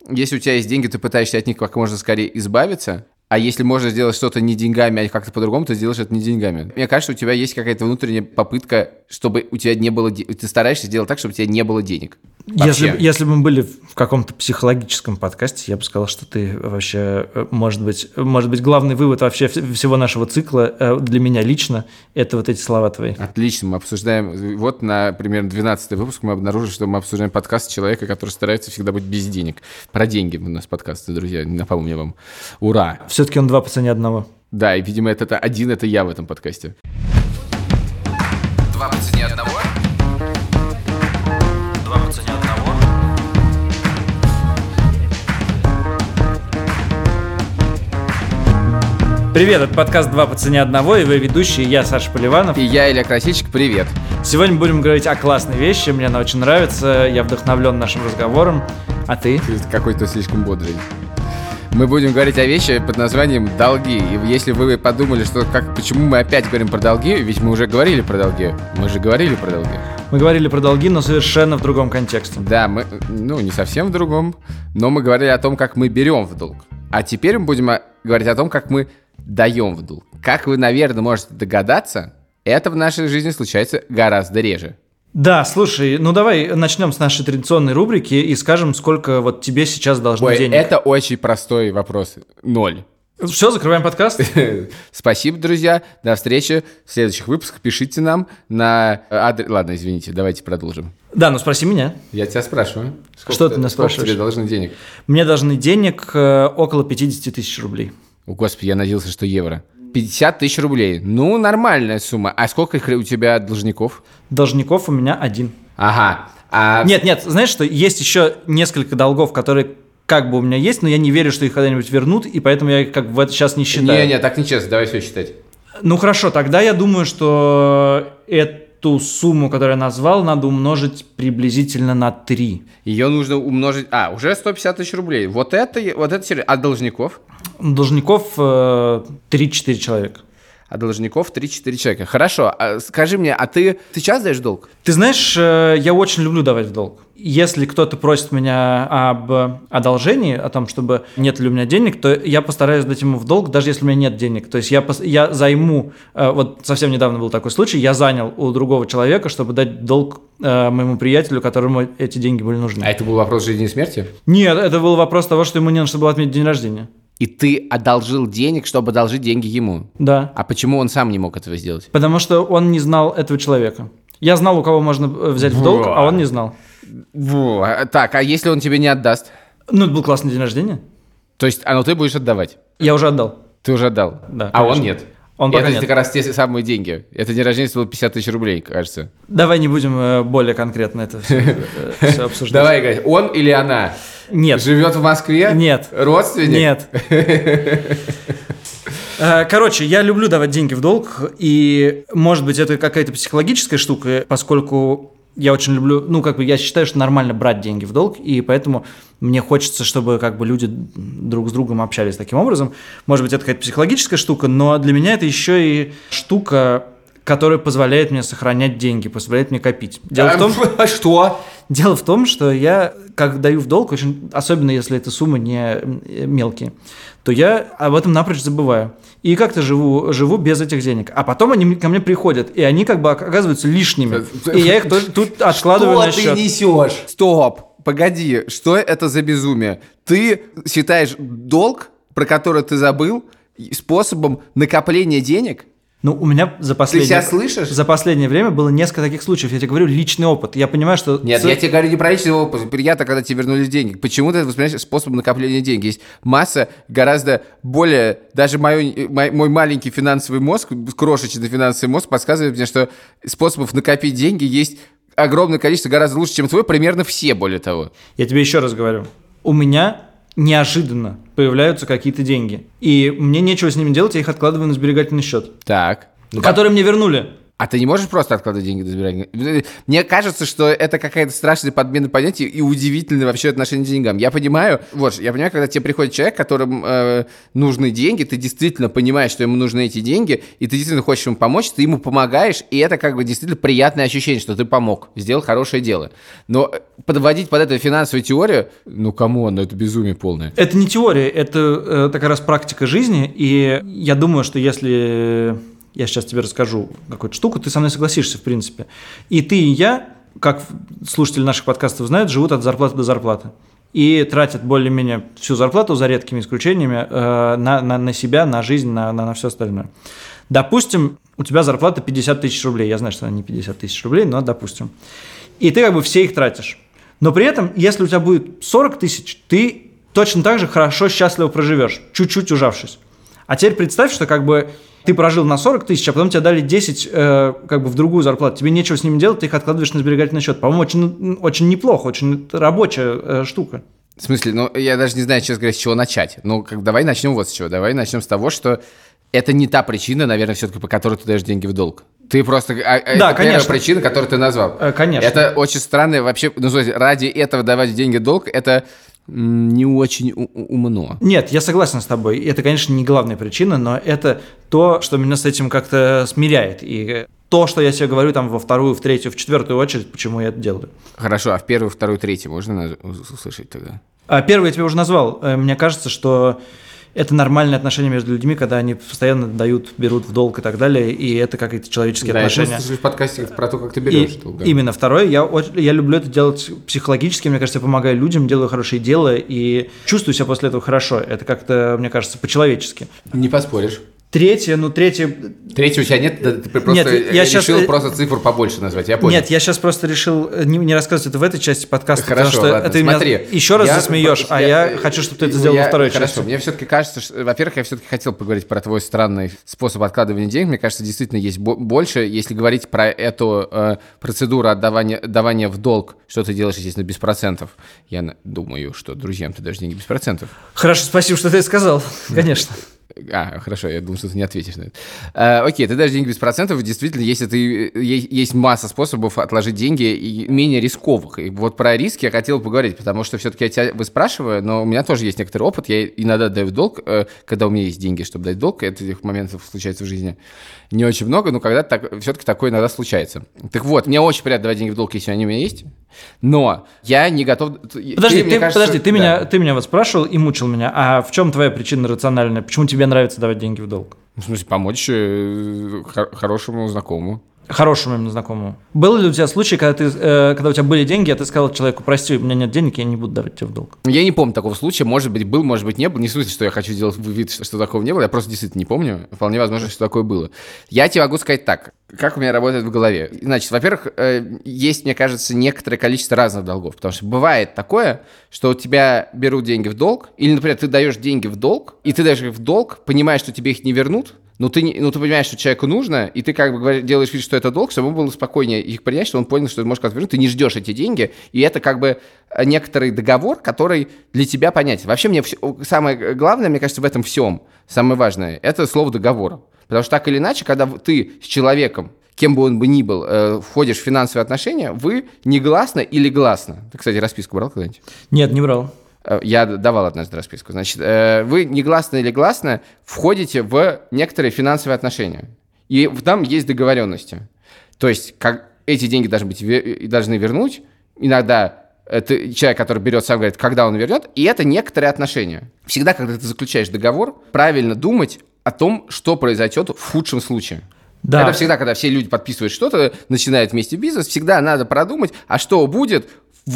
если у тебя есть деньги, ты пытаешься от них как можно скорее избавиться, а если можно сделать что-то не деньгами, а как-то по-другому, ты сделаешь это не деньгами. Мне кажется, у тебя есть какая-то внутренняя попытка, чтобы у тебя не было... Ты стараешься сделать так, чтобы у тебя не было денег. Если бы мы были в каком-то психологическом подкасте, я бы сказал, что ты вообще, может быть, главный вывод вообще всего нашего цикла для меня лично – это вот эти слова твои. Отлично, мы обсуждаем, вот на примерно 12-й выпуск мы обнаружили, что мы обсуждаем подкаст человека, который старается всегда быть без денег. Про деньги у нас подкасты, друзья, напомню вам. Ура! Все-таки он 2 по цене одного. Да, и, видимо, это один, это я в этом подкасте. 2 по цене одного? Привет, это подкаст «Два по цене одного», и вы ведущие, я Саша Поливанов. И я, Илья Красильщик, привет. Сегодня будем говорить о классной вещи, мне она очень нравится, я вдохновлен нашим разговором, а ты? Ты какой-то слишком бодрый. Мы будем говорить о вещи под названием «долги». И если вы подумали, что почему мы опять говорим про долги, ведь мы уже говорили про долги. Мы говорили про долги, но совершенно в другом контексте. Да, не совсем в другом, но мы говорили о том, как мы берем в долг. А теперь мы будем говорить о том, как мы даем в долг. Как вы, наверное, можете догадаться, это в нашей жизни случается гораздо реже. Да, слушай, давай начнем с нашей традиционной рубрики и скажем, сколько вот тебе сейчас должно денег. Это очень простой вопрос. 0. Все, закрываем подкаст. Спасибо, друзья. До встречи в следующих выпусках. Пишите нам на адрес... Ладно, извините, давайте продолжим. Да, спроси меня. Я тебя спрашиваю. Что ты меня спрашиваешь? Сколько тебе должны денег? Мне должны денег около 50 тысяч рублей. О, Господи, я надеялся, что евро. 50 тысяч рублей. Нормальная сумма. А сколько у тебя должников? Должников у меня 1. Ага. Нет, знаешь что, есть еще несколько долгов, которые как бы у меня есть, но я не верю, что их когда-нибудь вернут, и поэтому я как бы это сейчас не считаю. Не, так нечестно, давай все считать. Хорошо, тогда я думаю, что эту сумму, которую я назвал, надо умножить приблизительно на 3. Ее нужно умножить... уже 150 тысяч рублей. Вот это серьезно. А должников? Должников 3-4 человека. А должников 3-4 человека. Хорошо, скажи мне, а ты сейчас даешь долг? Ты знаешь, я очень люблю давать в долг. Если кто-то просит меня об одолжении, о том, чтобы нет ли у меня денег, то я постараюсь дать ему в долг, даже если у меня нет денег. То есть я займу, вот совсем недавно был такой случай, я занял у другого человека, чтобы дать долг моему приятелю, которому эти деньги были нужны. А это был вопрос жизни и смерти? Нет, это был вопрос того, что ему не нужно было отметить день рождения. И ты одолжил денег, чтобы одолжить деньги ему? Да. А почему он сам не мог этого сделать? Потому что он не знал этого человека. Я знал, у кого можно взять в долг, а он не знал. Так, а если он тебе не отдаст? Это был классный день рождения. То есть, ты будешь отдавать? Я уже отдал. Ты уже отдал? Да. А он нет? Он пока нет. Это как раз те самые деньги. Это день рождения стоило 50 тысяч рублей, кажется. Давай не будем более конкретно это все обсуждать. Давай говорить, он или она? Нет. Живет в Москве? Нет. Родственник? Нет. Короче, я люблю давать деньги в долг, и, может быть, это какая-то психологическая штука, поскольку я очень люблю, я считаю, что нормально брать деньги в долг, и поэтому мне хочется, чтобы люди друг с другом общались таким образом. Может быть, это какая-то психологическая штука, но для меня это еще и штука, которая позволяет мне сохранять деньги, позволяет мне копить. Дело в том, что я, как даю в долг, особенно если это суммы не мелкие, то я об этом напрочь забываю. И как-то живу без этих денег. А потом они ко мне приходят, и они оказываются лишними. И я их тут откладываю на счет. Что ты несешь? Стоп, погоди, что это за безумие? Ты считаешь долг, про который ты забыл, способом накопления денег? У меня за последнее... Ты себя слышишь? За последнее время было несколько таких случаев. Я тебе говорю, личный опыт. Я понимаю, что... Нет, я тебе говорю не про личный опыт. Приятно, когда тебе вернулись деньги. Почему ты это воспринимаешь способом накопления денег? Есть масса гораздо более... Даже мой маленький финансовый мозг, крошечный финансовый мозг подсказывает мне, что способов накопить деньги есть огромное количество, гораздо лучше, чем твой, примерно все, более того. Я тебе еще раз говорю. У меня неожиданно появляются какие-то деньги. И мне нечего с ними делать, я их откладываю на сберегательный счет. Так. Которые мне вернули. А ты не можешь просто откладывать деньги до сберегания? Мне кажется, что это какая-то страшная подмена понятий и удивительное вообще отношение к деньгам. Я понимаю, когда тебе приходит человек, которому нужны деньги, ты действительно понимаешь, что ему нужны эти деньги, и ты действительно хочешь ему помочь, ты ему помогаешь, и это как бы действительно приятное ощущение, что ты помог, сделал хорошее дело. Но подводить под это финансовую теорию, камон, это безумие полное. Это не теория, это такая раз практика жизни, и я думаю, что если... Я сейчас тебе расскажу какую-то штуку, ты со мной согласишься, в принципе. И ты, и я, как слушатели наших подкастов знают, живут от зарплаты до зарплаты. И тратят более-менее всю зарплату, за редкими исключениями, на себя, на жизнь, на все остальное. Допустим, у тебя зарплата 50 тысяч рублей. Я знаю, что она не 50 тысяч рублей, но допустим. И ты как бы все их тратишь. Но при этом, если у тебя будет 40 тысяч, ты точно так же хорошо, счастливо проживешь, чуть-чуть ужавшись. А теперь представь, что как бы... Ты прожил на 40 тысяч, а потом тебе дали 10 в другую зарплату. Тебе нечего с ними делать, ты их откладываешь на сберегательный счет. По-моему, очень неплохо, очень рабочая штука. В смысле, я даже не знаю, честно говоря, с чего начать. Давай начнем вот с чего. Давай начнем с того, что это не та причина, наверное, все-таки, по которой ты даешь деньги в долг. Ты просто... Да, это конечно. Первая причина, которую ты назвал. Конечно. Это очень странно вообще. Ради этого давать деньги в долг, это... не очень умно. Нет, я согласен с тобой. Это, конечно, не главная причина, но это то, что меня с этим как-то смиряет. И то, что я себе говорю там во вторую, в третью, в четвертую очередь, почему я это делаю. Хорошо, а в первую, вторую, третью можно услышать тогда? Первую я тебе уже назвал. Мне кажется, что это нормальные отношения между людьми, когда они постоянно дают, берут в долг и так далее, и это какие-то человеческие отношения. Да, я слышу в подкасте про то, как ты берешь долг. Именно. Второе, я люблю это делать психологически, мне кажется, я помогаю людям, делаю хорошие дела и чувствую себя после этого хорошо. Это как-то, мне кажется, по-человечески. Не поспоришь. Третье у тебя нет? Ты просто решил просто цифру побольше назвать, я понял. Нет, я сейчас просто решил не рассказывать это в этой части подкаста, хорошо, потому что ладно, ты смотри, меня еще раз засмеешь, я хочу, чтобы ты это сделал во второй части. Хорошо, мне все-таки кажется, что, во-первых, я все-таки хотел поговорить про твой странный способ откладывания денег. Мне кажется, действительно есть больше, если говорить про эту процедуру отдавания в долг, что ты делаешь, естественно, без процентов. Я думаю, что друзьям ты даешь деньги без процентов. Хорошо, спасибо, что ты это сказал, конечно. Хорошо, я думал, что ты не ответишь на это. Окей, ты даешь деньги без процентов, действительно, есть масса способов отложить деньги и менее рисковых. И вот про риски я хотел поговорить, потому что все-таки я тебя выспрашиваю, но у меня тоже есть некоторый опыт, я иногда даю в долг, когда у меня есть деньги, чтобы дать долг, этих моментов случается в жизни не очень много, но когда все-таки такое иногда случается. Так вот, мне очень приятно давать деньги в долг, если они у меня есть, но я не готов... Подожди, ты меня вот спрашивал и мучил меня, а в чем твоя причина рациональная? Почему тебе нравится давать деньги в долг? В смысле, помочь хорошему знакомому. Хорошему именно знакомому. Был ли у тебя случай, когда у тебя были деньги, а ты сказал человеку: прости, у меня нет денег, я не буду давать тебе в долг? Я не помню такого случая, может быть, был, может быть, не был. Не в смысле, что я хочу делать вид, что такого не было, я просто действительно не помню. Вполне возможно, что такое было. Я тебе могу сказать так, как у меня работает в голове. Значит, во-первых, есть, мне кажется, некоторое количество разных долгов, потому что бывает такое, что у тебя берут деньги в долг, или, например, ты даешь деньги в долг, и ты даешь их в долг, понимаешь, что тебе их не вернут, но ты понимаешь, что человеку нужно, и ты как бы делаешь вид, что это долг, чтобы ему было спокойнее их принять, что он понял, что это может как-то вернуть, ты не ждешь эти деньги, и это как бы некоторый договор, который для тебя понятен. Вообще, самое главное, мне кажется, в этом всем, самое важное, это слово «договор». Потому что так или иначе, когда ты с человеком, кем бы он бы ни был, входишь в финансовые отношения, вы негласно или гласно. Ты, кстати, расписку брал когда-нибудь? Нет, не брал. Я давал однажды расписку. Значит, вы негласно или гласно входите в некоторые финансовые отношения. И там есть договоренности. То есть, как эти деньги должны вернуть. Иногда это человек, который берет, сам говорит, когда он вернет. И это некоторые отношения. Всегда, когда ты заключаешь договор, правильно думать о том, что произойдет в худшем случае. Да. Это всегда, когда все люди подписывают что-то, начинают вместе бизнес, всегда надо продумать, а что будет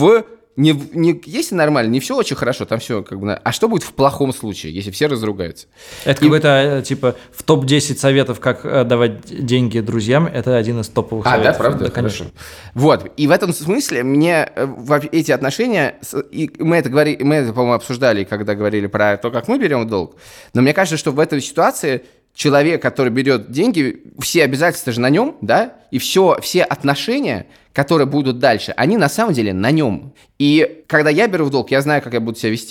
если нормально, не все очень хорошо, там все как бы... А что будет в плохом случае, если все разругаются? Это какой-то, типа, в топ-10 советов, как давать деньги друзьям, это один из топовых советов. Да, правда? Да, конечно. Вот, и в этом смысле мне эти отношения, и мы это, по-моему, обсуждали, когда говорили про то, как мы берем долг, но мне кажется, что в этой ситуации человек, который берет деньги, все обязательства же на нем, да, и все отношения, которые будут дальше, они на самом деле на нем. И когда я беру в долг, я знаю, как я буду себя вести.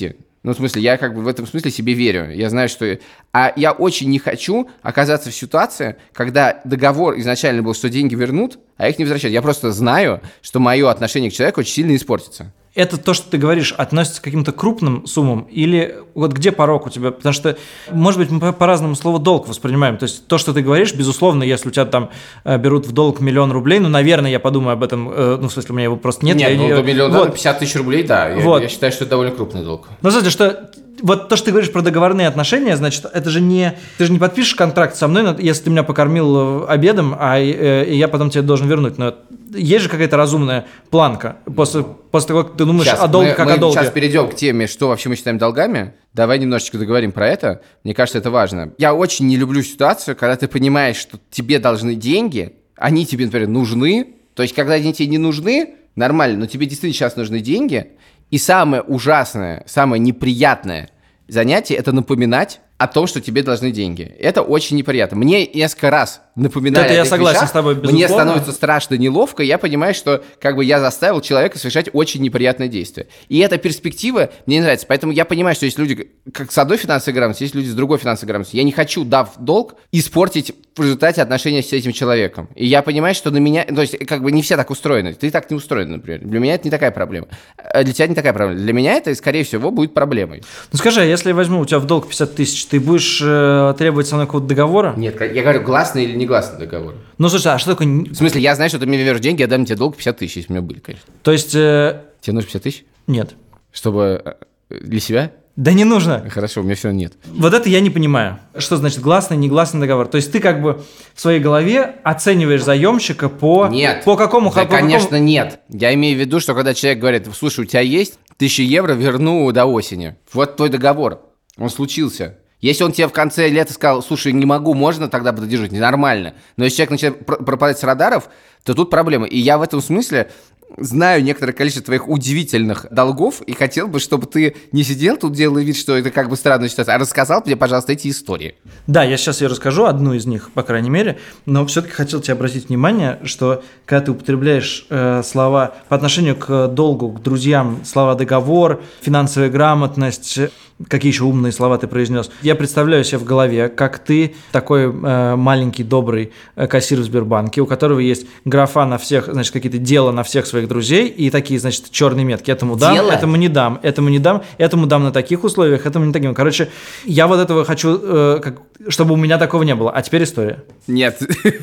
Ну, в смысле, я как бы в этом смысле себе верю. Я знаю, что... А я очень не хочу оказаться в ситуации, когда договор изначально был, что деньги вернут, а их не возвращают. Я просто знаю, что мое отношение к человеку очень сильно испортится. Это то, что ты говоришь, относится к каким-то крупным суммам или вот где порог у тебя? Потому что, может быть, мы по-разному слово «долг» воспринимаем. То есть то, что ты говоришь, безусловно, если у тебя там берут в долг 1 000 000 рублей, ну, наверное, я подумаю об этом, ну, в смысле, у меня его просто нет. Нет, ну, до 1 000 000, вот. 50 000 рублей, да. Вот. Я считаю, что это довольно крупный долг. Ну, знаете, что... Вот то, что ты говоришь про договорные отношения, значит, это же не... Ты же не подпишешь контракт со мной, если ты меня покормил обедом, и я потом тебе должен вернуть. Но есть же какая-то разумная планка после того, как ты думаешь о долге как о долге. Мы сейчас перейдем к теме, что вообще мы считаем долгами. Давай немножечко договорим про это. Мне кажется, это важно. Я очень не люблю ситуацию, когда ты понимаешь, что тебе должны деньги, они тебе, например, нужны. То есть, когда они тебе не нужны, нормально, но тебе действительно сейчас нужны деньги. И самое ужасное, самое неприятное занятие – это напоминать о том, что тебе должны деньги. Это очень неприятно. Мне несколько раз напоминали это о я этих согласен вещах, с тобой, безусловно. Мне становится страшно неловко, я понимаю, что как бы я заставил человека совершать очень неприятное действие. И эта перспектива мне не нравится. Поэтому я понимаю, что есть люди как с одной финансовой грамотностью, есть люди с другой финансовой грамотностью. Я не хочу, дав долг, испортить в результате отношения с этим человеком. И я понимаю, что на меня... То есть как бы не все так устроены. Ты так не устроен, например. Для меня это не такая проблема. Для тебя не такая проблема. Для меня это, скорее всего, будет проблемой. Ну скажи, а если я возьму у тебя в долг 50 000, ты будешь требовать со мной какого-то договора? Нет, я говорю, гласный или негласный договор. Ну слушай, а что такое... В смысле, я знаю, что ты мне вернешь деньги, я дам тебе долг 50 000, если у меня были, конечно. То есть... Тебе нужно 50 000? Нет. Чтобы... Для себя? Да не нужно. Хорошо, у меня все равно нет. Вот это я не понимаю. Что значит гласный, негласный договор? То есть ты как бы в своей голове оцениваешь заемщика по... Нет. По какому... Да, по конечно, какому... нет. Я имею в виду, что когда человек говорит, слушай, у тебя есть 1000 евро, верну до осени. Вот твой договор. Он случился. Если он тебе в конце лета сказал, слушай, не могу, можно тогда поддержать, нормально. Но если человек начинает пропадать с радаров, то тут проблема. И я в этом смысле знаю некоторое количество твоих удивительных долгов и хотел бы, чтобы ты не сидел тут, делая вид, что это как бы странная ситуация, а рассказал мне, пожалуйста, эти истории. Да, я сейчас ее расскажу, одну из них, по крайней мере, но все-таки хотел тебе обратить внимание, что когда ты употребляешь слова по отношению к долгу, к друзьям, слова договор, финансовая грамотность, какие еще умные слова ты произнес, я представляю себе в голове, как ты такой маленький добрый кассир в Сбербанке, у которого есть графа на всех, значит, какие-то дела на всех своих друзей и такие, значит, черные метки. Этому дам, дело? Этому не дам, этому не дам, этому дам на таких условиях, этому не таким. Короче, я вот этого хочу, чтобы у меня такого не было. А теперь история. Нет,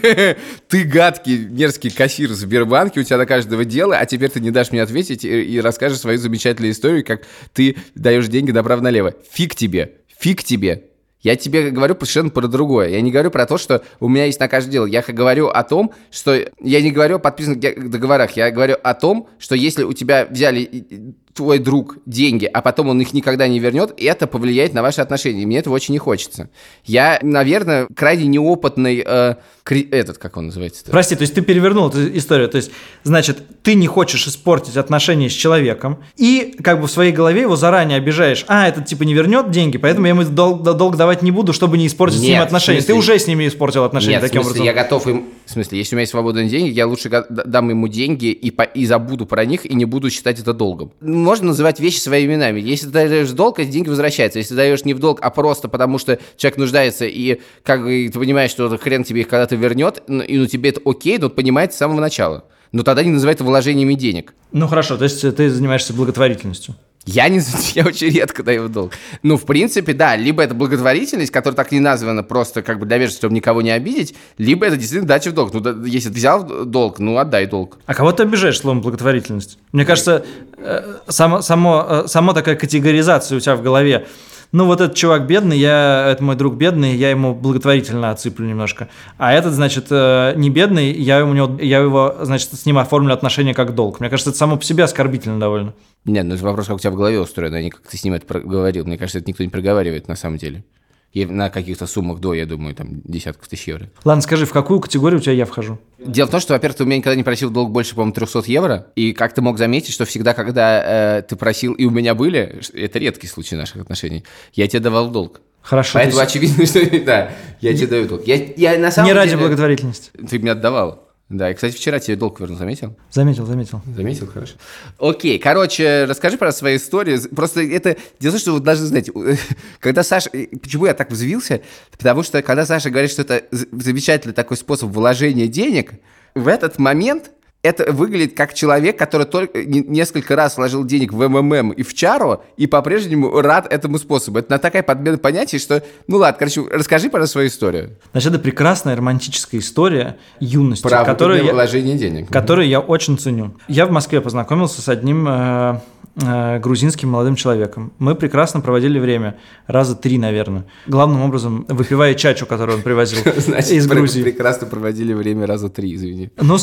ты гадкий, мерзкий кассир в Сбербанке, у тебя до каждого дела, а теперь ты не дашь мне ответить и расскажешь свою замечательную историю, как ты даешь деньги направо-налево. Фиг тебе, фиг тебе. Я тебе говорю совершенно про другое. Я не говорю про то, что у меня есть на каждое дело. Я говорю о том, что... Я не говорю о подписанных договорах. Я говорю о том, что если у тебя взяли твой друг деньги, а потом он их никогда не вернет, это повлияет на ваши отношения. И мне этого очень не хочется. Я, наверное, крайне неопытный... как он называется-то? Прости, то есть ты перевернул эту историю. То есть, значит, ты не хочешь испортить отношения с человеком и как бы в своей голове его заранее обижаешь. Этот типа не вернет деньги, поэтому я ему долг давать не буду, чтобы не испортить с ним отношения. Ты уже с ними испортил отношения таким образом. Я готов им... В смысле, если у меня есть свободные деньги, я лучше дам ему деньги и забуду про них, и не буду считать это долгом. Можно называть вещи своими именами. Если ты даешь долг, эти деньги возвращаются. Если ты даешь не в долг, а просто потому, что человек нуждается, и как бы ты понимаешь, что хрен тебе их когда-то вернет, и тебе это окей, но понимает с самого начала. Но тогда не называй это вложениями денег. Ну хорошо, то есть ты занимаешься благотворительностью. Я очень редко даю долг. Ну, в принципе, да, либо это благотворительность, которая так не названа просто как бы для вежливости, чтобы никого не обидеть, либо это действительно дача в долг. Ну, да, если ты взял долг, ну, отдай долг. А кого ты обижаешь словом благотворительность? Мне кажется, сама такая категоризация у тебя в голове. Ну, вот этот чувак бедный, это мой друг бедный, я ему благотворительно отсыплю немножко. А этот, значит, не бедный, я его, значит, с ним оформлю отношения как долг. Мне кажется, это само по себе оскорбительно довольно. Нет, ну это вопрос, как у тебя в голове устроено, а не как ты с ним это проговорил. Мне кажется, это никто не проговаривает на самом деле. И на каких-то суммах до, я думаю, там, десятков тысяч евро. Ладно, скажи, в какую категорию у тебя я вхожу? Дело в том, что, во-первых, ты у меня никогда не просил долг больше, по-моему, 300 евро. И как ты мог заметить, что всегда, когда ты просил, и у меня были, это редкий случай наших отношений, я тебе давал долг. Хорошо. Поэтому очевидно, что да, я тебе даю долг. Я на самом не деле... ради благотворительности. Ты мне отдавал. Да, и, кстати, вчера тебе долг вернул, заметил? Заметил. Заметил, хорошо. Окей, короче, расскажи про свою историю. Просто это... Дело в том, что вы должны знать, когда Саша... Почему я так взвился? Потому что, когда Саша говорит, что это замечательный такой способ вложения денег, в этот момент... Это выглядит как человек, который только несколько раз вложил денег в МММ и в чару, и по-прежнему рад этому способу. Это такая подмена понятий, что... Ну ладно, короче, расскажи, пожалуйста, свою историю. Значит, это прекрасная романтическая история юности, про вложение денег. Которую я очень ценю. Я в Москве познакомился с одним грузинским молодым человеком. Мы прекрасно проводили время. Раза 3, наверное. Главным образом, выпивая чачу, которую он привозил из Грузии. Прекрасно проводили время раза 3, извини. Ну,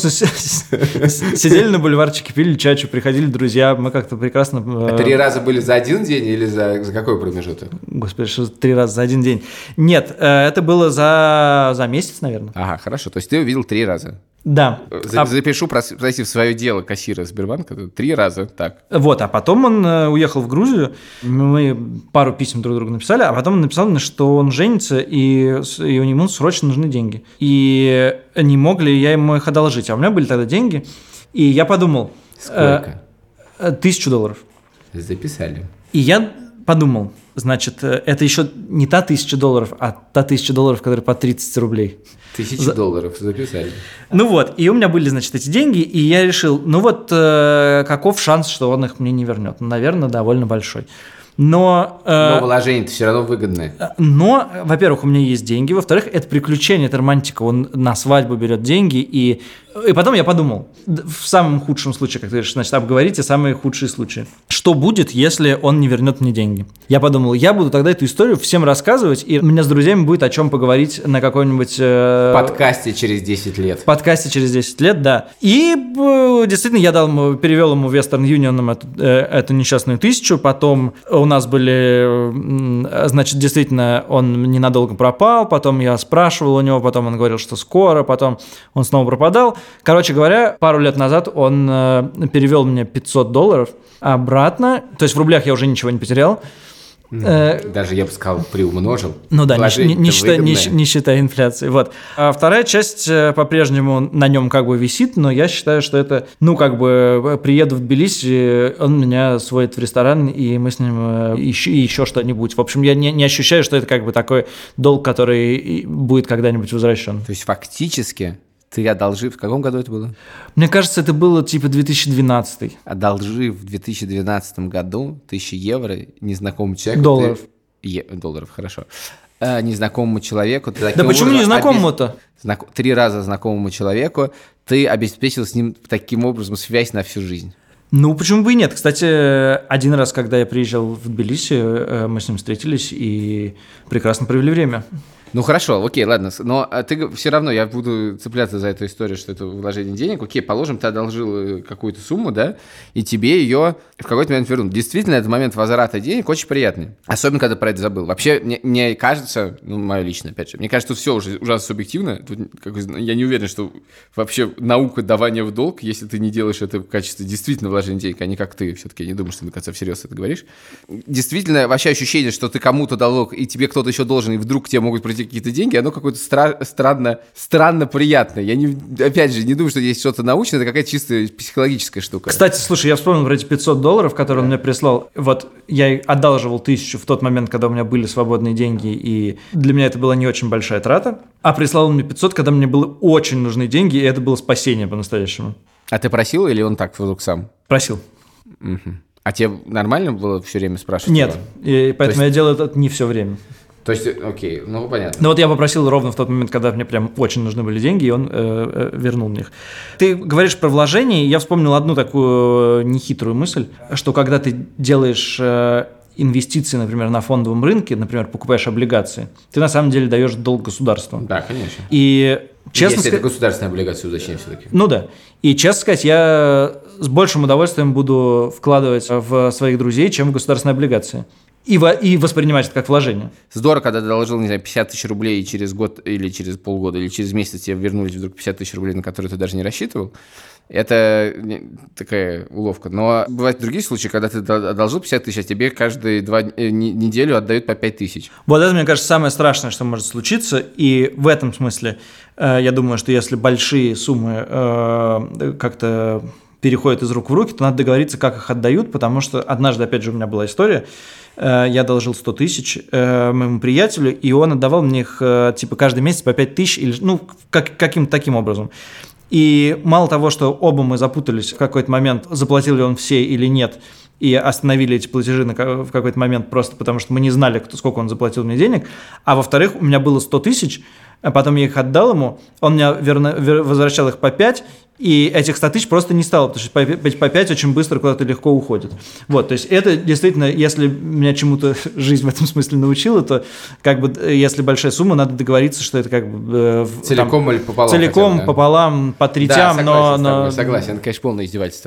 сидели на бульварчике, пили чачу, приходили друзья, мы как-то прекрасно... 3 раза были за один день или за какой промежуток? Господи, что 3 раза за один день? Нет, это было за месяц, наверное. Ага, хорошо. То есть ты увидел 3 раза? Да. Запишу, в свое дело кассира Сбербанка 3 раза, так. Вот, а потом он уехал в Грузию, мы пару писем друг другу написали, а потом он написал мне, что он женится, и у него срочно нужны деньги. И не мог ли я ему их одолжить? А у меня были тогда деньги, и я подумал... Сколько? $1000. Записали. И я подумал, значит, это еще не та $1000, а та $1000, которая по 30 рублей. $1000 записали. Ну вот, и у меня были, значит, эти деньги, и я решил, ну вот, каков шанс, что он их мне не вернет? Наверное, довольно большой. Но вложения-то все равно выгодные. Но, во-первых, у меня есть деньги, во-вторых, это приключение, это романтика, он на свадьбу берет деньги, и потом я подумал, в самом худшем случае, как ты говоришь, значит, обговорите самые худшие случаи. Что будет, если он не вернет мне деньги? Я подумал, я буду тогда эту историю всем рассказывать, и у меня с друзьями будет о чем поговорить на какой-нибудь... подкасте через 10 лет. В подкасте через 10 лет, да. И действительно я перевел ему Western Union эту несчастную 1000, потом у нас были... Значит, действительно, он ненадолго пропал, потом я спрашивал у него, потом он говорил, что скоро, потом он снова пропадал. Короче говоря, пару лет назад он перевел мне $500 обратно, то есть в рублях я уже ничего не потерял. Даже, я бы сказал, приумножил. Ну да, не считая инфляции. Вот. А вторая часть по-прежнему на нем как бы висит, но я считаю, что это, ну, как бы, приеду в Тбилиси, он меня сводит в ресторан, и мы с ним еще что-нибудь. В общем, я не ощущаю, что это как бы такой долг, который будет когда-нибудь возвращен. То есть фактически... Ты одолжив... В каком году это было? Мне кажется, это было типа 2012. Одолжив в 2012 году 1000 евро незнакомому человеку... Долларов. Долларов, хорошо. Незнакомому человеку... Да почему незнакомому-то? 3 раза знакомому человеку ты обеспечил с ним таким образом связь на всю жизнь. Ну, почему бы и нет? Кстати, один раз, когда я приезжал в Тбилиси, мы с ним встретились и прекрасно провели время. Ну хорошо, окей, ладно, но ты все равно, я буду цепляться за эту историю, что это вложение денег. Окей, положим, ты одолжил какую-то сумму, да, и тебе ее в какой-то момент вернут. Действительно, этот момент возврата денег очень приятный, особенно когда про это забыл. Вообще, мне кажется, ну, мое личное, опять же, мне кажется, что все уже ужасно субъективно. Тут, я не уверен, что вообще наука давания в долг, если ты не делаешь это в качестве действительно вложения денег, а не как ты, все-таки я не думаю, что ты до конца всерьез это говоришь. Действительно, вообще ощущение, что ты кому-то дал долг, и тебе кто-то еще должен, и вдруг к тебе могут прийти какие-то деньги, оно какое-то странно приятное. Я опять же не думаю, что есть что-то научное, это какая-то чисто психологическая штука. Кстати, слушай, я вспомнил про эти $500, которые он мне прислал. Вот я одалживал 1000 в тот момент, когда у меня были свободные деньги, и для меня это была не очень большая трата. А прислал он мне 500, когда мне были очень нужны деньги, и это было спасение по-настоящему. А ты просил или он так вдруг сам? Просил. Угу. А тебе нормально было все время спрашивать? Нет, и поэтому я делаю это не все время. То есть, окей, ну понятно. Ну вот я попросил ровно в тот момент, когда мне прям очень нужны были деньги, и он вернул мне их. Ты говоришь про вложения, и я вспомнил одну такую нехитрую мысль, что когда ты делаешь инвестиции, например, на фондовом рынке, например, покупаешь облигации, ты на самом деле даешь долг государству. Да, конечно. И честно Если это государственная облигация, уточним все-таки. Ну да. И, честно сказать, я с большим удовольствием буду вкладывать в своих друзей, чем в государственные облигации. И воспринимать это как вложение. Здорово, когда ты доложил, не знаю, 50 тысяч рублей, и через год или через полгода, или через месяц тебе вернулись вдруг 50 тысяч рублей, на которые ты даже не рассчитывал. Это такая уловка. Но бывают другие случаи, когда ты одолжил 50 тысяч, а тебе каждые неделю отдают по 5 тысяч. Вот это, мне кажется, самое страшное, что может случиться. И в этом смысле я думаю, что если большие суммы как-то переходят из рук в руки, то надо договориться, как их отдают, потому что однажды, опять же, у меня была история, я одолжил 100 тысяч моему приятелю, и он отдавал мне их типа каждый месяц по 5 тысяч, или, каким-то таким образом. И мало того, что оба мы запутались в какой-то момент, заплатил ли он все или нет, и остановили эти платежи в какой-то момент просто потому, что мы не знали, сколько он заплатил мне денег, а во-вторых, у меня было 100 тысяч, а потом я их отдал ему, он мне возвращал их по 5, и этих 100 тысяч просто не стало, потому что по 5 очень быстро куда-то легко уходит. Вот, то есть это действительно, если меня чему-то жизнь в этом смысле научила, то как бы если большая сумма, надо договориться, что это как бы... Целиком или пополам. Целиком, хотя бы, да? Пополам, по третям, да, но... Согласен, это, конечно, полное издевательство.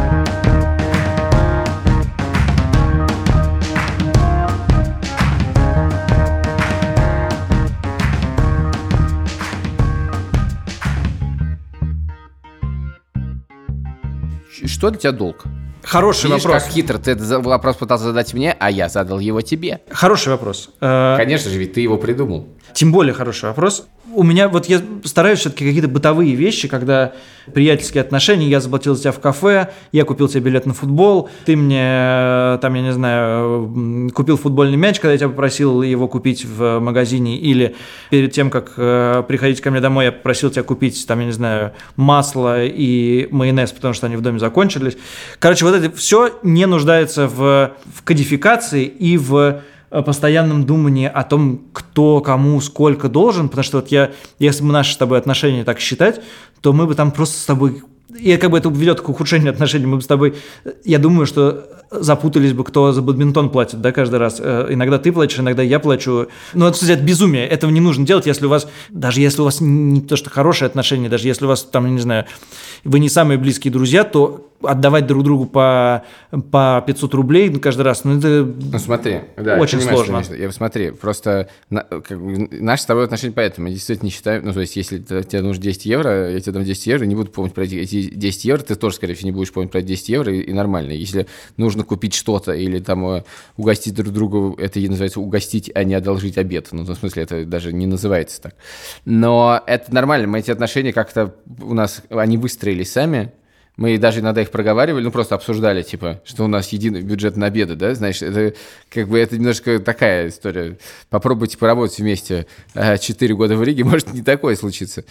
Что для тебя долг? Хороший Видишь, вопрос. Как хитро ты этот вопрос пытался задать мне, а я задал его тебе. Хороший вопрос. Конечно же, ведь ты его придумал. Тем более хороший вопрос. У меня вот я стараюсь все-таки какие-то бытовые вещи, когда приятельские отношения, я заплатил за тебя в кафе, я купил тебе билет на футбол, ты мне, там, я не знаю, купил футбольный мяч, когда я тебя попросил его купить в магазине, или перед тем, как приходить ко мне домой, я попросил тебя купить, там, я не знаю, масло и майонез, потому что они в доме закончились. Короче, вот это все не нуждается в кодификации и в постоянном думании о том, кто кому сколько должен, потому что вот если бы наши с тобой отношения так считать, то мы бы там просто с тобой, и как бы это ведет к ухудшению отношений, мы бы с тобой, я думаю, что запутались бы, кто за бадминтон платит, да, каждый раз. Иногда ты платишь, иногда я плачу. Но это, кстати, это безумие, этого не нужно делать, если у вас, даже если у вас не то, что хорошие отношения, даже если у вас там, я не знаю, вы не самые близкие друзья, то отдавать друг другу по 500 рублей каждый раз, это смотри, да, очень сложно. Смотри, просто наши с тобой отношения поэтому, я действительно не считаю, то есть если тебе нужно 10 евро, я тебе дам 10 евро, не буду помнить про эти 10 евро, ты тоже, скорее всего, не будешь помнить про 10 евро, и нормально. Если нужно купить что-то или там угостить друг друга, это называется угостить, а не одолжить обед. В смысле, это даже не называется так. Но это нормально, мы эти отношения как-то у нас, они выстроились сами. Мы даже иногда их проговаривали, просто обсуждали, типа, что у нас единый бюджет на обеды, да, знаешь, это как бы это немножко такая история. Попробуйте поработать вместе 4 года в Риге, может не такое случится.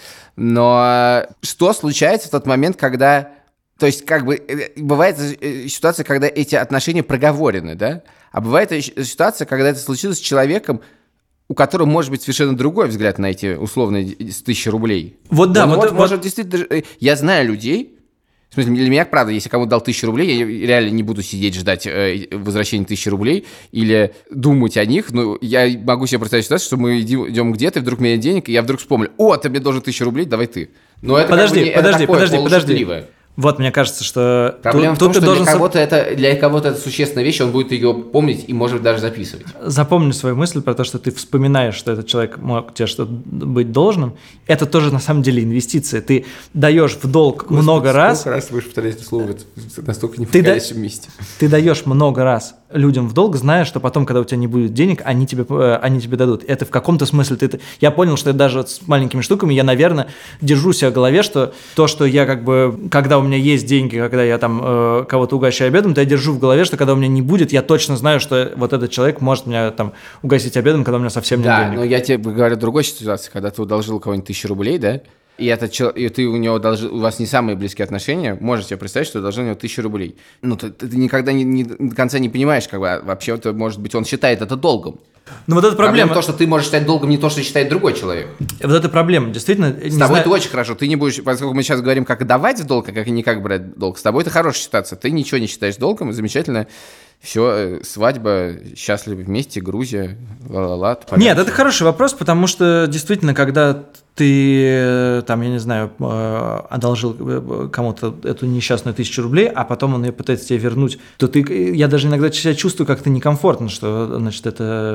Но что случается в тот момент, когда... То есть, как бы, бывает ситуация, когда эти отношения проговорены, да, а бывает ситуация, когда это случилось с человеком, у которого может быть совершенно другой взгляд на эти условные 1000 рублей. Вот да, может действительно... Я знаю людей... В смысле, для меня, правда, если кому-то дал 1000 рублей, я реально не буду сидеть ждать возвращения 1000 рублей или думать о них. Но я могу себе представить ситуацию, что мы идем где-то, и вдруг у меня нет денег, и я вдруг вспомню: о, ты мне должен 1000 рублей, давай ты. Но это подожди. Вот, мне кажется, что... Проблема в том, что для кого-то это существенная вещь, он будет ее помнить и, может, даже записывать. Запомни свою мысль про то, что ты вспоминаешь, что этот человек мог тебе что-то быть должным. Это тоже, на самом деле, инвестиция. Ты даешь в долг много раз... Сколько раз ты будешь повторять это слово в настолько неподходящем месте? Ты даешь много раз людям в долг, зная, что потом, когда у тебя не будет денег, они тебе дадут. Это в каком-то смысле... Я понял, что даже с маленькими штуками я, наверное, держу себя в голове, что то, что я как бы... Когда у меня есть деньги, когда я там кого-то угощаю обедом, то я держу в голове, что когда у меня не будет, я точно знаю, что вот этот человек может меня там угостить обедом, когда у меня совсем нет денег. Да, но я тебе говорю о другой ситуации, когда ты одолжил кого-нибудь 1000 рублей, да, и ты у него у вас не самые близкие отношения, можешь себе представить, что ты должен у него 1000 рублей. Ну, ты никогда до конца не понимаешь, как бы, вообще, может быть, он считает это долгом. Но вот эта проблема... то, что ты можешь считать долгом, не то, что считает другой человек. Вот эта проблема, действительно... С тобой это очень хорошо. Ты не будешь, поскольку мы сейчас говорим, как давать в долг, а как и не как брать долг, с тобой это хорошая ситуация. Ты ничего не считаешь долгом, и замечательная Все, свадьба, счастливы вместе, Грузия, ла-ла-ла. Нет, это хороший вопрос, потому что действительно, когда ты, там, я не знаю, одолжил кому-то эту несчастную 1000 рублей, а потом он ее пытается тебе вернуть, то я даже иногда себя чувствую как-то некомфортно, что, значит,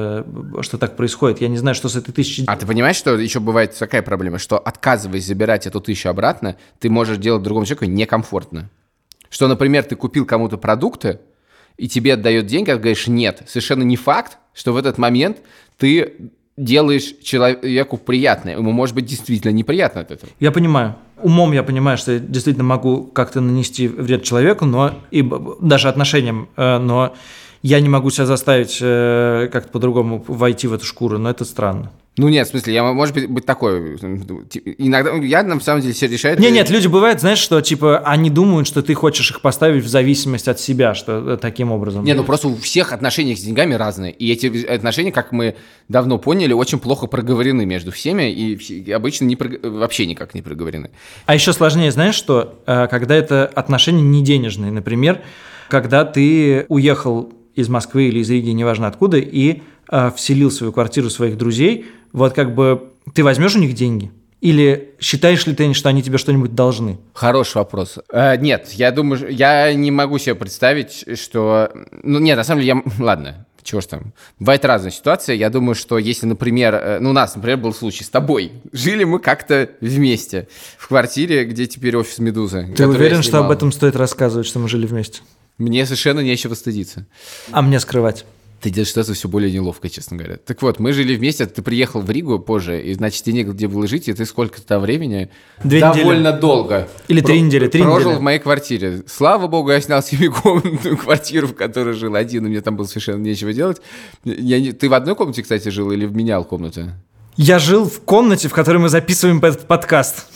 что так происходит. Я не знаю, что с этой 1000... А ты понимаешь, что еще бывает такая проблема, что отказываясь забирать эту 1000 обратно, ты можешь делать другому человеку некомфортно. Что, например, ты купил кому-то продукты, и тебе отдает деньги, а ты говоришь нет. Совершенно не факт, что в этот момент ты делаешь человеку приятное. Ему может быть действительно неприятно от этого. Я понимаю. Умом я понимаю, что я действительно могу как-то нанести вред человеку, и даже отношениям, но я не могу себя заставить как-то по-другому войти в эту шкуру, но это странно. Ну нет, в смысле, я, может быть такой, иногда, я на самом деле все решаю. Нет, люди бывают, знаешь, что, типа, они думают, что ты хочешь их поставить в зависимость от себя, что таким образом. Не, ну просто у всех отношения с деньгами разные, и эти отношения, как мы давно поняли, очень плохо проговорены между всеми, и обычно вообще никак не проговорены. А еще сложнее, знаешь, что, когда это отношения не денежные, например, когда ты уехал из Москвы или из Риги, неважно откуда, и вселил в свою квартиру своих друзей, вот как бы ты возьмешь у них деньги? Или считаешь ли ты, что они тебе что-нибудь должны? Хороший вопрос. Нет, я думаю, я не могу себе представить, что... Ну, нет, на самом деле, ладно, чего ж там. Бывает разная ситуация. Я думаю, что если, например... у нас, например, был случай с тобой. Жили мы как-то вместе в квартире, где теперь офис «Медузы». Ты уверен, что об этом стоит рассказывать, что мы жили вместе? Мне совершенно нечего стыдиться. А мне скрывать? Ты делаешь что-то все более неловко, честно говоря. Так вот, мы жили вместе, ты приехал в Ригу позже, и, значит, тебе негде было жить, и ты сколько-то времени 2 довольно недели. Долго или 3 недели. Прожил в моей квартире. Слава богу, я снял 7-комнатную квартиру, в которой жил один, и мне там было совершенно нечего делать. Ты в одной комнате, кстати, жил или менял комнаты? Я жил в комнате, в которой мы записываем этот подкаст.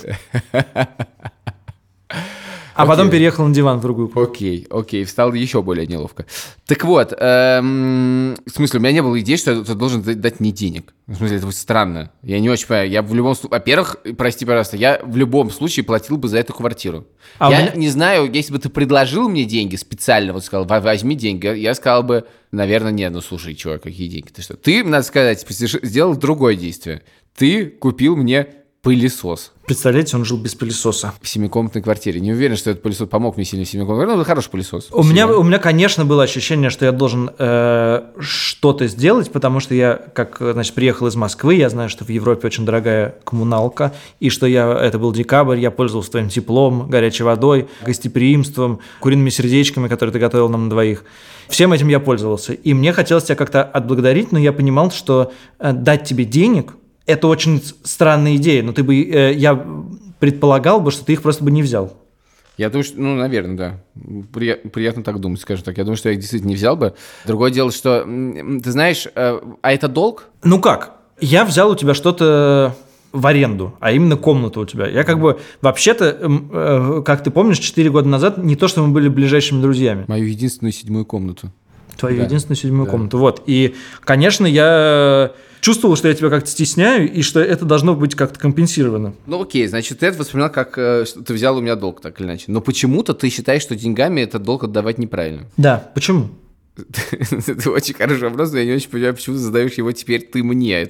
А потом переехал на диван в другую комнату. Окей, стало еще более неловко. Так вот, в смысле, у меня не было идеи, что ты должен дать мне денег. В смысле, это странно. Я не очень понимаю. Я в любом случае, во-первых, прости, пожалуйста, я в любом случае платил бы за эту квартиру. Не знаю, если бы ты предложил мне деньги специально, вот сказал, возьми деньги, я сказал бы, наверное, нет, ну слушай, чувак, какие деньги? Ты что? Ты, надо сказать, сделал другое действие. Ты купил мне пылесос. Представляете, он жил без пылесоса. В 7-комнатной квартире. Не уверен, что этот пылесос помог мне сильно в 7-комнатной квартире, но это хороший пылесос. У меня, конечно, было ощущение, что я должен что-то сделать, потому что я, приехал из Москвы, я знаю, что в Европе очень дорогая коммуналка, и что это был декабрь, я пользовался твоим теплом, горячей водой, гостеприимством, куриными сердечками, которые ты готовил нам на двоих. Всем этим я пользовался. И мне хотелось тебя как-то отблагодарить, но я понимал, что дать тебе денег – это очень странная идея, но я предполагал бы, что ты их просто бы не взял. Я думаю, что, наверное, да. Приятно так думать, скажем так. Я думаю, что я их действительно не взял бы. Другое дело, что, ты знаешь, а это долг? Ну как? Я взял у тебя что-то в аренду, а именно комнату у тебя. Я вообще-то, как ты помнишь, 4 года назад не то, что мы были ближайшими друзьями. Мою единственную 7-ю комнату. Твою единственную 7-ю комнату. Вот. И, конечно, я чувствовал, что я тебя как-то стесняю, и что это должно быть как-то компенсировано. Ну окей, значит, ты это воспринял как, что ты взял у меня долг, так или иначе. Но почему-то ты считаешь, что деньгами этот долг отдавать неправильно. Да, почему? Это очень хороший вопрос, но я не очень понимаю, почему ты задаешь его теперь ты мне.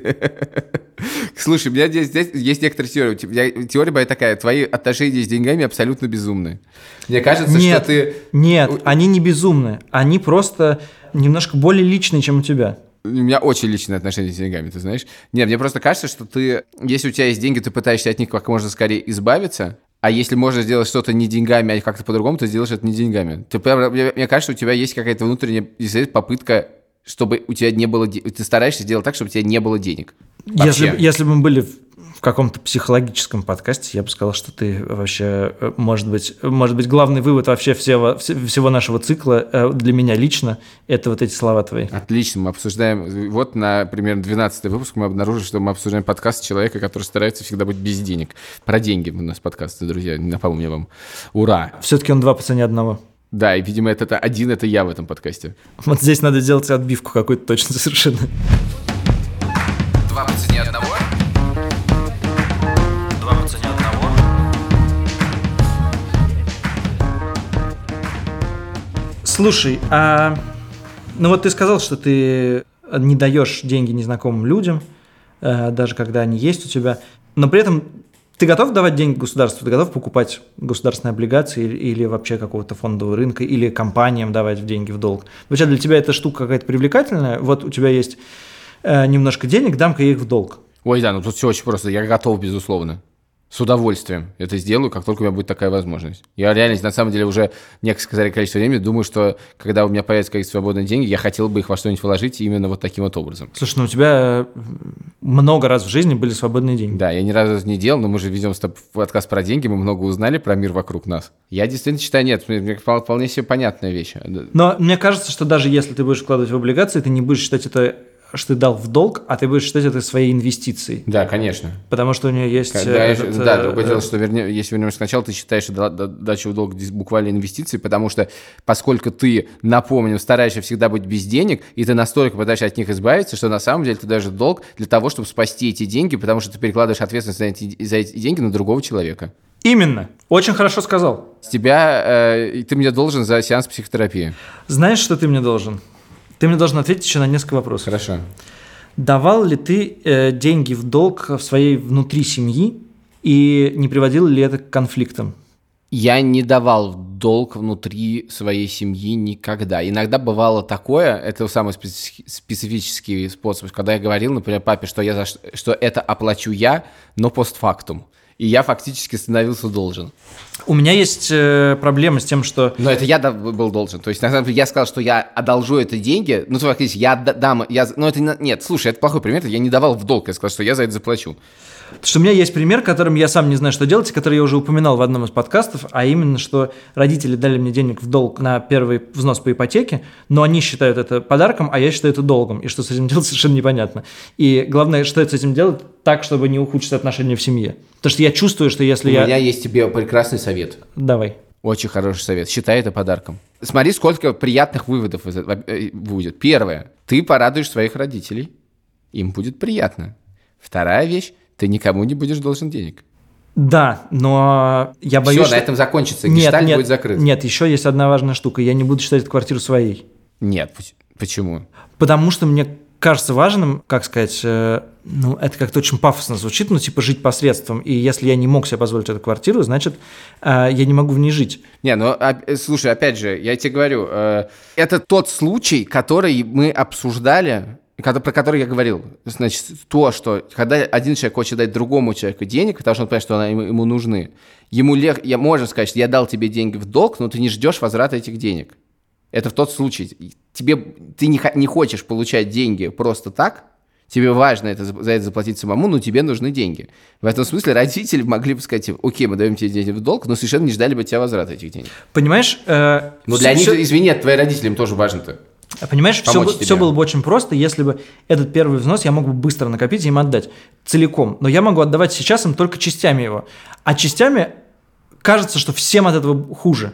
Слушай, у меня здесь есть некоторая теория. Теория моя такая: твои отношения с деньгами абсолютно безумные. Мне кажется, что ты... Нет, они не безумные. Они просто немножко более личные, чем у тебя. У меня очень личные отношения с деньгами, ты знаешь. Нет, мне просто кажется, что если у тебя есть деньги, ты пытаешься от них как можно скорее избавиться. А если можно сделать что-то не деньгами, а как-то по-другому, ты сделаешь это не деньгами. Мне кажется, у тебя есть какая-то внутренняя попытка, чтобы у тебя не было... Ты стараешься сделать так, чтобы у тебя не было денег. Если бы мы были в каком-то психологическом подкасте, я бы сказал, что ты вообще, может быть, главный вывод вообще всего нашего цикла для меня лично – это вот эти слова твои. Отлично, мы обсуждаем, вот на примерно 12-й выпуск мы обнаружили, что мы обсуждаем подкаст человека, который старается всегда быть без денег. Про деньги у нас подкасты, друзья, напомню вам. Ура! Все-таки он 2 по цене 1. Да, и, видимо, это я в этом подкасте. Вот здесь надо сделать отбивку какую-то точно совершенно. 2 по цене 1? Слушай, ну вот ты сказал, что ты не даешь деньги незнакомым людям, даже когда они есть у тебя, но при этом ты готов давать деньги государству, ты готов покупать государственные облигации или вообще какого-то фондового рынка, или компаниям давать деньги в долг? Вообще для тебя эта штука какая-то привлекательная? Вот у тебя есть немножко денег, дам-ка я их в долг. Ой, да, ну тут все очень просто, я готов, безусловно. С удовольствием это сделаю, как только у меня будет такая возможность. Я реально, на самом деле, уже некоторое количество времени думаю, что когда у меня появятся какие-то свободные деньги, я хотел бы их во что-нибудь вложить именно вот таким вот образом. Слушай, ну у тебя много раз в жизни были свободные деньги. Да, я ни разу не делал, но мы же ведем с тобой подкаст про деньги, мы много узнали про мир вокруг нас. Я действительно считаю, нет, мне вполне себе понятная вещь. Но мне кажется, что даже если ты будешь вкладывать в облигации, ты не будешь считать это, что ты дал в долг, а ты будешь считать это своей инвестицией. Да, конечно. Потому что у нее есть... Да, другое дело, что если вернемся сначала, ты считаешь, что дача в долг буквально инвестиции, потому что поскольку ты, напомню, стараешься всегда быть без денег, и ты настолько пытаешься от них избавиться, что на самом деле ты даешь долг для того, чтобы спасти эти деньги, потому что ты перекладываешь ответственность за эти деньги на другого человека. Именно. Очень хорошо сказал. С тебя... ты мне должен за сеанс психотерапии. Знаешь, что ты мне должен? Ты мне должен ответить еще на несколько вопросов. Хорошо. Давал ли ты деньги в долг в своей внутри семьи и не приводило ли это к конфликтам? Я не давал в долг внутри своей семьи никогда. Иногда бывало такое, это самый специфический способ, когда я говорил, например, папе, что это оплачу я, но постфактум. И я фактически становился должен. У меня есть проблема с тем, что... Но это я был должен. То есть, на самом деле, я сказал, что я одолжу это деньги. Ну, фактически, я дам... Но это... Нет, слушай, это плохой пример. Я не давал в долг. Я сказал, что я за это заплачу. Что у меня есть пример, которым я сам не знаю, что делать, который я уже упоминал в одном из подкастов, а именно, что родители дали мне денег в долг на первый взнос по ипотеке, но они считают это подарком, а я считаю это долгом. И что с этим делать, совершенно непонятно. И главное, что с этим делать так, чтобы не ухудшить отношения в семье. Потому что я чувствую, что если У меня есть тебе прекрасный совет. Давай. Очень хороший совет. Считай это подарком. Смотри, сколько приятных выводов будет. Первое. Ты порадуешь своих родителей. Им будет приятно. Вторая вещь. Ты никому не будешь должен денег. Да, но я боюсь... Все, на этом закончится, гештальт будет закрыт. Нет, еще есть одна важная штука. Я не буду считать эту квартиру своей. Нет, почему? Потому что мне кажется важным, как сказать, это как-то очень пафосно звучит, жить посредством. И если я не мог себе позволить эту квартиру, значит, я не могу в ней жить. Слушай, опять же, я тебе говорю, это тот случай, который мы обсуждали, про который я говорил. Значит, то, что когда один человек хочет дать другому человеку денег, потому что он понимает, что ему нужны, я можно сказать, что я дал тебе деньги в долг, но ты не ждешь возврата этих денег. Это в тот случай. Ты не хочешь получать деньги просто так, тебе важно за это заплатить самому, но тебе нужны деньги. В этом смысле родители могли бы сказать, окей, мы даем тебе деньги в долг, но совершенно не ждали бы от тебя возврата этих денег. Понимаешь? Но для них, извини, твои родители, им тоже важно-то. Понимаешь, все было бы очень просто, если бы этот первый взнос я мог бы быстро накопить и им отдать целиком. Но я могу отдавать сейчас им только частями его. А частями кажется, что всем от этого хуже.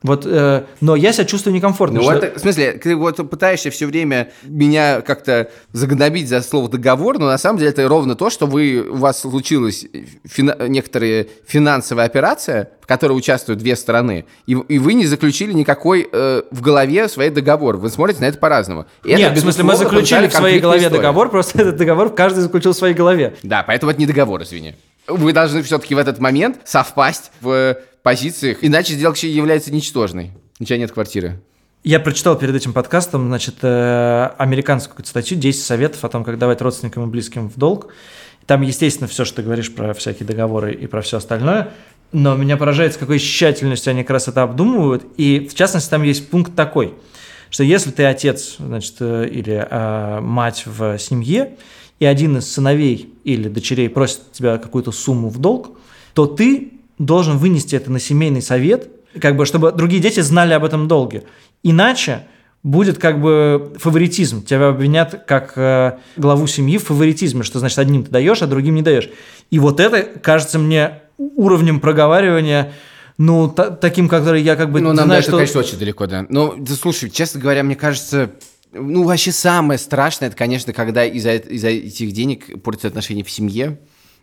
Но я себя чувствую некомфортно. В смысле, ты пытаешься все время меня как-то загнобить за слово договор, но на самом деле это ровно то, что у вас случилась некоторая финансовая операция, в которой участвуют две стороны, и вы не заключили никакой в голове свой договор. Вы смотрите на это по-разному. Нет, в смысле, мы заключили в своей голове договор, просто этот договор каждый заключил в своей голове. Да, поэтому это не договор, извини. Вы должны все-таки в этот момент совпасть в позициях, иначе сделка является ничтожной. У тебя нет квартиры. Я прочитал перед этим подкастом, американскую статью «10 советов о том, как давать родственникам и близким в долг». Там, естественно, все, что ты говоришь про всякие договоры и про все остальное, но меня поражает, с какой тщательностью они как раз это обдумывают. И, в частности, там есть пункт такой, что если ты отец, или мать в семье, и один из сыновей или дочерей просит тебя какую-то сумму в долг, то ты должен вынести это на семейный совет, чтобы другие дети знали об этом долге. Иначе будет фаворитизм. Тебя обвинят как главу семьи в фаворитизме, что значит одним ты даешь, а другим не даешь. И это кажется мне уровнем проговаривания, таким, который я нам знаю, что... конечно, очень далеко, да. Слушай, честно говоря, мне кажется... вообще самое страшное, это, конечно, когда из-за этих денег портятся отношения в семье.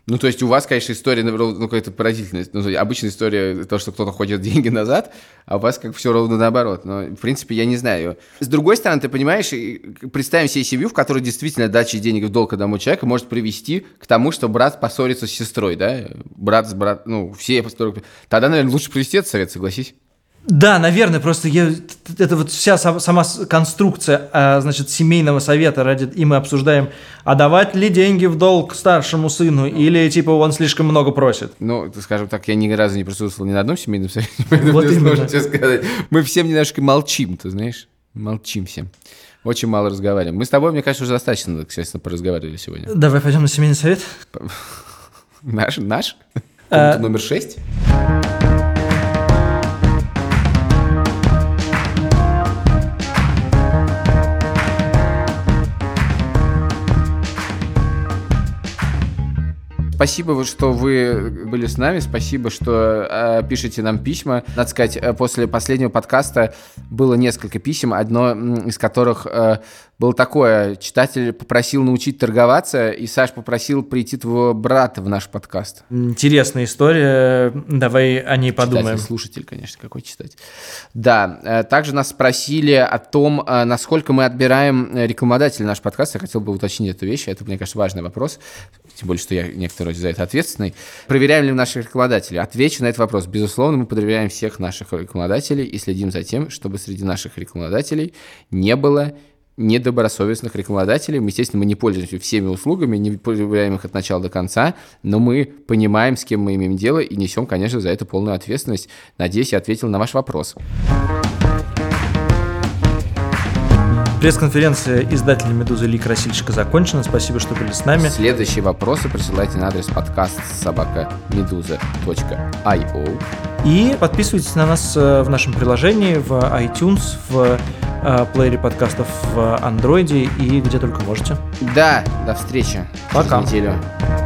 Ну, то есть у вас, конечно, история, какая-то поразительная. Обычная история, то, что кто-то хочет деньги назад, а у вас как все ровно наоборот. Но, в принципе, я не знаю. С другой стороны, ты понимаешь, представим себе семью, в которой действительно дача денег в долг одному человеку может привести к тому, что брат поссорится с сестрой, да? Брат с братом, все поссорятся. Тогда, наверное, лучше привести этот совет, согласись? Да, наверное, просто это вот вся сама конструкция, значит, семейного совета, и мы обсуждаем, а давать ли деньги в долг старшему сыну, или, типа, он слишком много просит. Ну, скажем так, я ни разу не присутствовал ни на одном семейном совете, вот именно. Сказать. Мы всем немножко молчим, ты знаешь, молчим всем. Очень мало разговариваем. Мы с тобой, мне кажется, уже достаточно, кстати, поразговаривали сегодня. Давай пойдем на семейный совет. Наш? Комната номер 6? Спасибо, что вы были с нами, спасибо, что пишете нам письма. Надо сказать, после последнего подкаста было несколько писем, одно из которых было такое. Читатель попросил научить торговаться, и Саш попросил прийти твоего брата в наш подкаст. Интересная история, давай о ней подумаем. Слушатель, конечно, какой читатель. Да, также нас спросили о том, насколько мы отбираем рекламодателей наш подкаст. Я хотел бы уточнить эту вещь, это, мне кажется, важный вопрос, тем более, что я некоторые за это ответственный. Проверяем ли наших рекламодателей? Отвечу на этот вопрос. Безусловно, мы проверяем всех наших рекламодателей и следим за тем, чтобы среди наших рекламодателей не было недобросовестных рекламодателей. Естественно, мы не пользуемся всеми услугами, не проверяем их от начала до конца, но мы понимаем, с кем мы имеем дело, и несем, конечно, за это полную ответственность. Надеюсь, я ответил на ваш вопрос. Пресс-конференция издателя «Медузы» Ли Красильщика закончена. Спасибо, что были с нами. Следующие вопросы присылайте на адрес podcast@meduza.io. И подписывайтесь на нас в нашем приложении, в iTunes, в плеере подкастов в Android и где только можете. Да, до встречи. Пока. Через неделю.